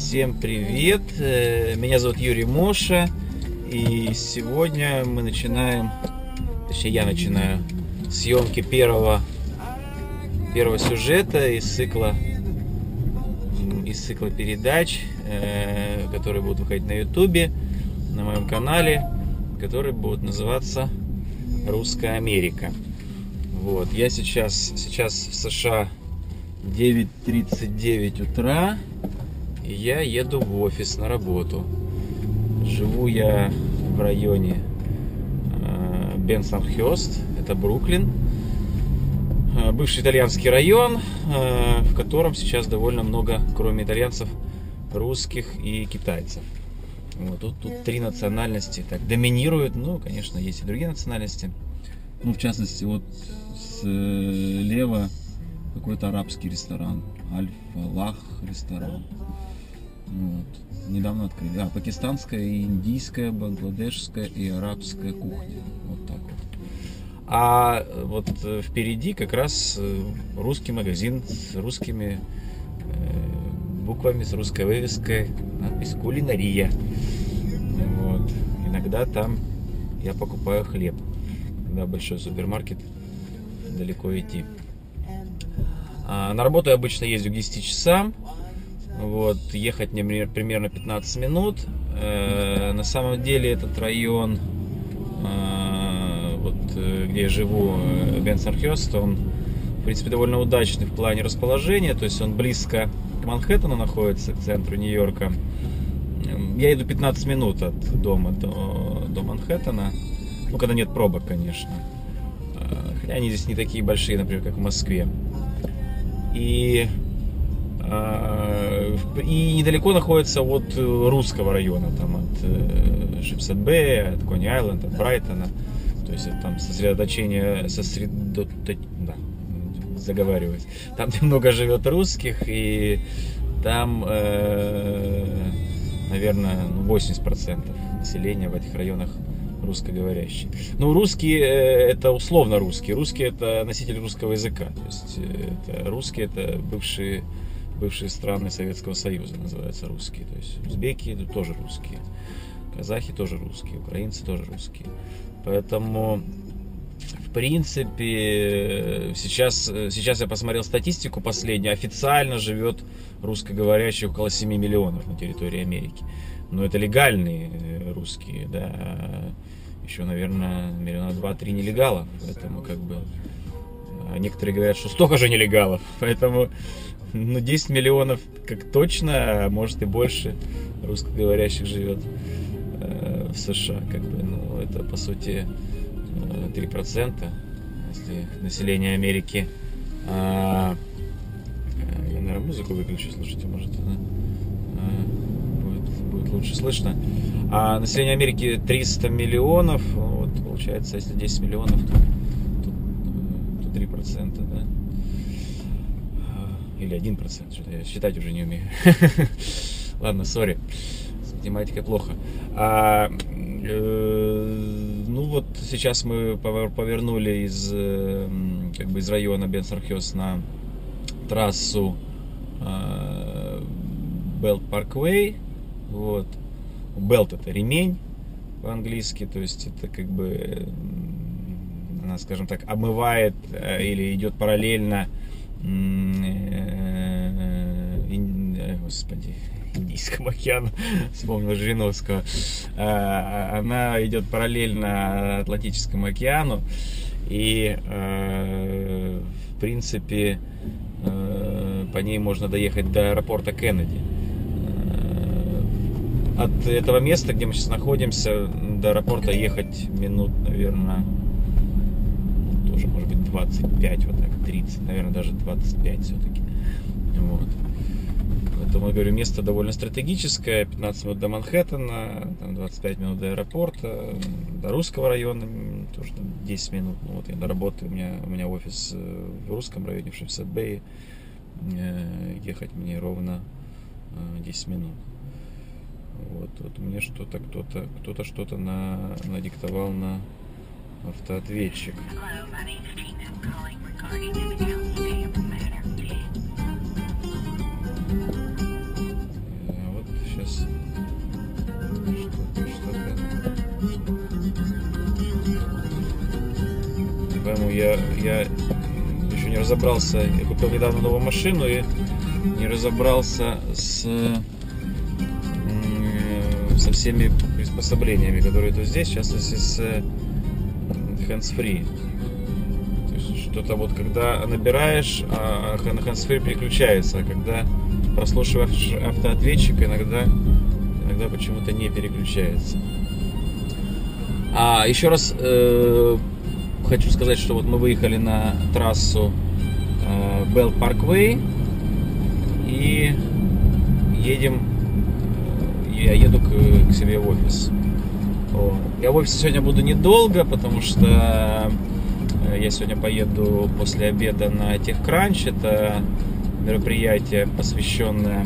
Всем привет! Меня зовут Юрий Моша, и сегодня мы начинаем, точнее я начинаю съемки первого сюжета из цикла передач, которые будут выходить на ютубе, на моем канале, которые будут называться «Русская Америка». Вот, я сейчас в США 9:39 утра, и я еду в офис на работу. Живу я в районе Бенсонхёрст, это Бруклин, бывший итальянский район, в котором сейчас довольно много, кроме итальянцев, русских и китайцев. Вот, тут три национальности так доминируют, ну, конечно, есть и другие национальности. Ну, в частности, вот слева какой-то арабский ресторан, Аль-Фалах ресторан. Вот. Недавно открыли. Пакистанская, индийская, бангладешская и арабская кухня. Вот так вот. А вот впереди как раз русский магазин с русскими буквами, с русской вывеской, надпись «Кулинария». Вот. Иногда там я покупаю хлеб, когда большой супермаркет, далеко идти. На работу я обычно ездю к 10 часам. Вот, ехать мне примерно 15 минут. На самом деле этот район, вот, где я живу, Бенсонхёрст, он, в принципе, довольно удачный в плане расположения. То есть он близко к Манхэттену находится, к центру Нью-Йорка. Я иду 15 минут от дома до Манхэттена. Ну, когда нет пробок, конечно. Хотя они здесь не такие большие, например, как в Москве. И недалеко находится от русского района, там от Шипсет-Бэя, от Кони-Айленд, от Брайтона. То есть это там заговариваюсь. Там много живет русских, и там, наверное, 80% населения в этих районах русскоговорящие. Ну, русские это условно русские. Русские это носители русского языка. То есть это русские это бывшие страны Советского Союза, называются русские. То есть узбеки тоже русские, казахи тоже русские, украинцы тоже русские. Поэтому, в принципе, сейчас я посмотрел статистику последнюю, официально живет русскоговорящих около 7 миллионов на территории Америки. Но это легальные русские, да. Еще, наверное, 2-3 нелегалов. Поэтому, как бы, некоторые говорят, что столько же нелегалов. Поэтому, 10 миллионов как точно, а может и больше русскоговорящих живет в США. Как бы, это, по сути, 3%. Если население Америки... Я, наверное, музыку выключу, слушайте, может, она будет лучше слышно. А население Америки 300 миллионов, вот, получается, если 10 миллионов, то 3%, да? Или 1%, что-то я считать уже не умею. Ладно, сори, с математикой плохо. Ну вот сейчас мы повернули из района Бенсонхёрст на трассу Белт Парквей. Вот. Белт это ремень по-английски, то есть это как бы она, скажем так, омывает или идет параллельно Индийскому океану, вспомнил Жириновского. Она идет параллельно Атлантическому океану, и в принципе по ней можно доехать до аэропорта Кеннеди. От этого места, где мы сейчас находимся, до аэропорта ехать минут, наверное, тоже, может быть, 25, вот так, 30, наверное, даже 25 все-таки. Вот. Поэтому, я говорю, место довольно стратегическое, 15 минут до Манхэттена, там 25 минут до аэропорта, до русского района тоже там 10 минут. Ну, вот я до работы, у меня офис в русском районе, в Шипсет-Бэе, ехать мне ровно 10 минут. Вот мне кто-то что-то надиктовал на автоответчик. Вот я еще не разобрался. Я купил недавно новую машину и не разобрался со всеми приспособлениями, которые тут здесь, в частности с hands-free. То есть что-то вот когда набираешь, а на hands-free переключается, а когда прослушиваешь автоответчик, иногда почему-то не переключается. Еще раз хочу сказать, что вот мы выехали на трассу Belt Parkway и я еду к себе в офис. Я в офисе сегодня буду недолго, потому что я сегодня поеду после обеда на TechCrunch. Это мероприятие, посвященное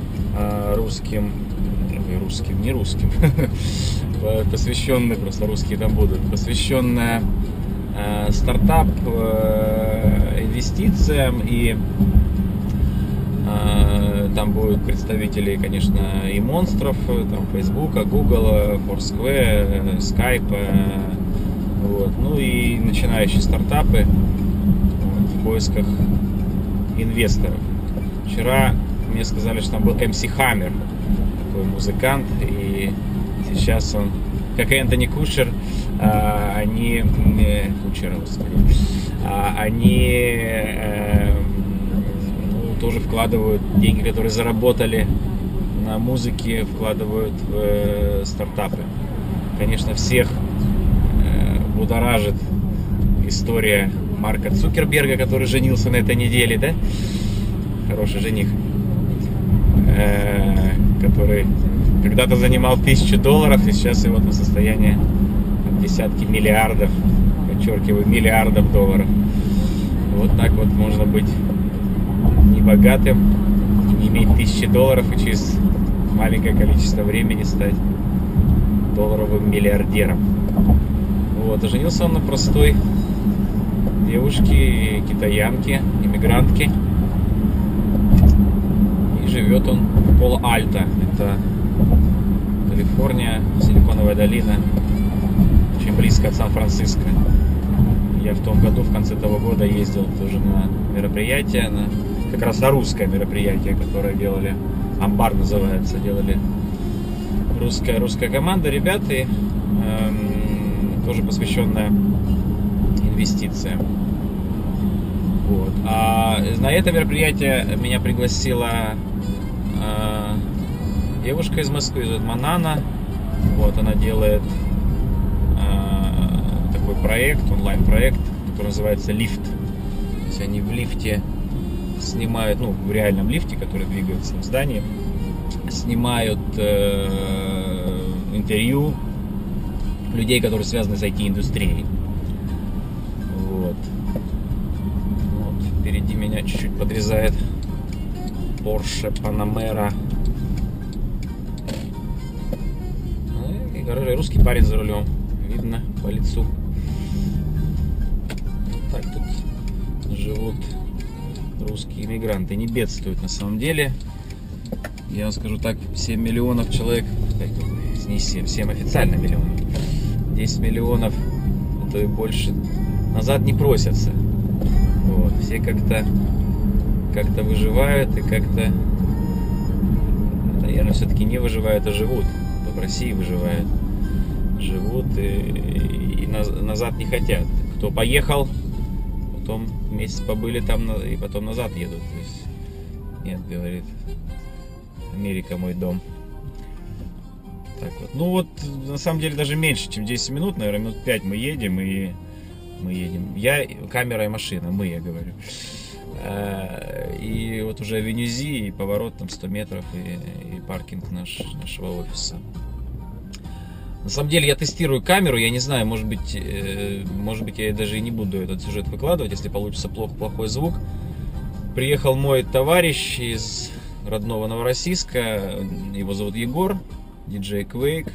посвященное, просто русские там будут, посвященное стартап, инвестициям, и там будут представители, конечно, и монстров, там, Facebook, Google, Foursquare, Skype, вот, ну и начинающие стартапы в поисках инвесторов. Вчера мне сказали, что там был MC Hammer, такой музыкант, и сейчас он, как и Энтони Кушер, они тоже вкладывают деньги, которые заработали на музыке, вкладывают в стартапы. Конечно, всех будоражит история Марка Цукерберга, который женился на этой неделе, да? Хороший жених, который когда-то занимал $1000, и сейчас его на состояние десятки миллиардов, подчеркиваю, миллиардов долларов. Вот так вот можно быть небогатым, не иметь $1000 и через маленькое количество времени стать долларовым миллиардером. Вот, а женился он на простой девушке, китаянке, иммигрантке. И живет он в Пало-Альто. Это Калифорния, Силиконовая долина, очень близко от Сан-Франциско. Я в том году, в конце того года, ездил тоже на мероприятие, как раз на русское мероприятие, которое делали, Амбар называется, делали русская команда, ребята, тоже посвященная инвестициям. Вот. А на это мероприятие меня пригласила девушка из Москвы, зовут Манана. Вот, она делает такой проект, онлайн-проект, который называется «Лифт». То есть они в лифте снимают, в реальном лифте, который двигается в здании, снимают интервью людей, которые связаны с IT-индустрией. Вот. Впереди меня чуть-чуть подрезает Porsche Panamera. И русский парень за рулем. Видно по лицу. Так тут живут русские иммигранты. Не бедствуют на самом деле. Я вам скажу так, 7 миллионов человек, не 7 официально миллионов, 10 миллионов, а то и больше, назад не просятся. Вот. Все как-то выживают и как-то, наверное, все-таки не выживают, а живут. В России выживают, живут и назад не хотят. Кто поехал, потом месяц побыли там и потом назад едут. То есть, нет, говорит, Америка мой дом. Так вот. На самом деле даже меньше, чем 10 минут, наверное, минут 5 мы едем. Я, камера и машина, я говорю. И вот уже авеню Зи, и поворот там 100 метров, и паркинг нашего офиса. На самом деле я тестирую камеру, я не знаю, может быть я даже и не буду этот сюжет выкладывать, если получится плохой звук. Приехал мой товарищ из родного Новороссийска, его зовут Егор, диджей Quake,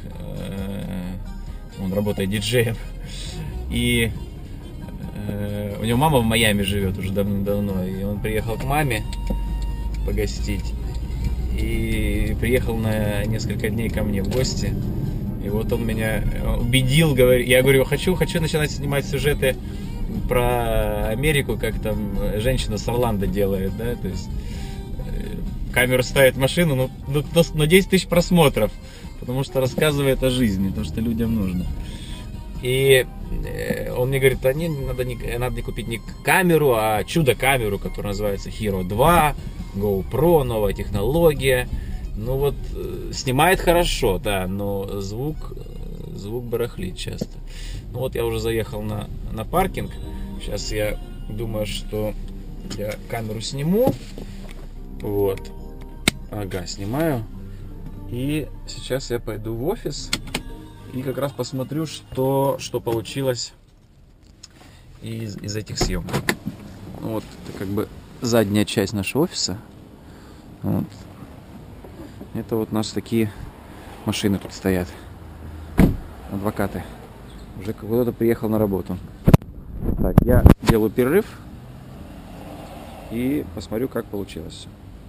он работает диджеем, и у него мама в Майами живет уже давно, и он приехал к маме погостить, и приехал на несколько дней ко мне в гости, и вот он меня убедил, я говорю, хочу начинать снимать сюжеты про Америку, как там женщина с Орландо делает, да, то есть камеру ставит в машину, на 10 тысяч просмотров, потому что рассказывает о жизни, то, что людям нужно. И он мне говорит, надо не купить не камеру, а чудо-камеру, которая называется Hero 2, GoPro, новая технология. Ну вот, снимает хорошо, да, но звук барахлит часто. Ну вот я уже заехал на паркинг. Сейчас я думаю, что я камеру сниму. Вот. Ага, снимаю. И сейчас я пойду в офис и как раз посмотрю, что получилось из этих съемок. Ну вот, это как бы задняя часть нашего офиса. Вот. Это вот у нас такие машины тут стоят. Адвокаты. Уже кто-то приехал на работу. Так, я делаю перерыв и посмотрю, как получилось.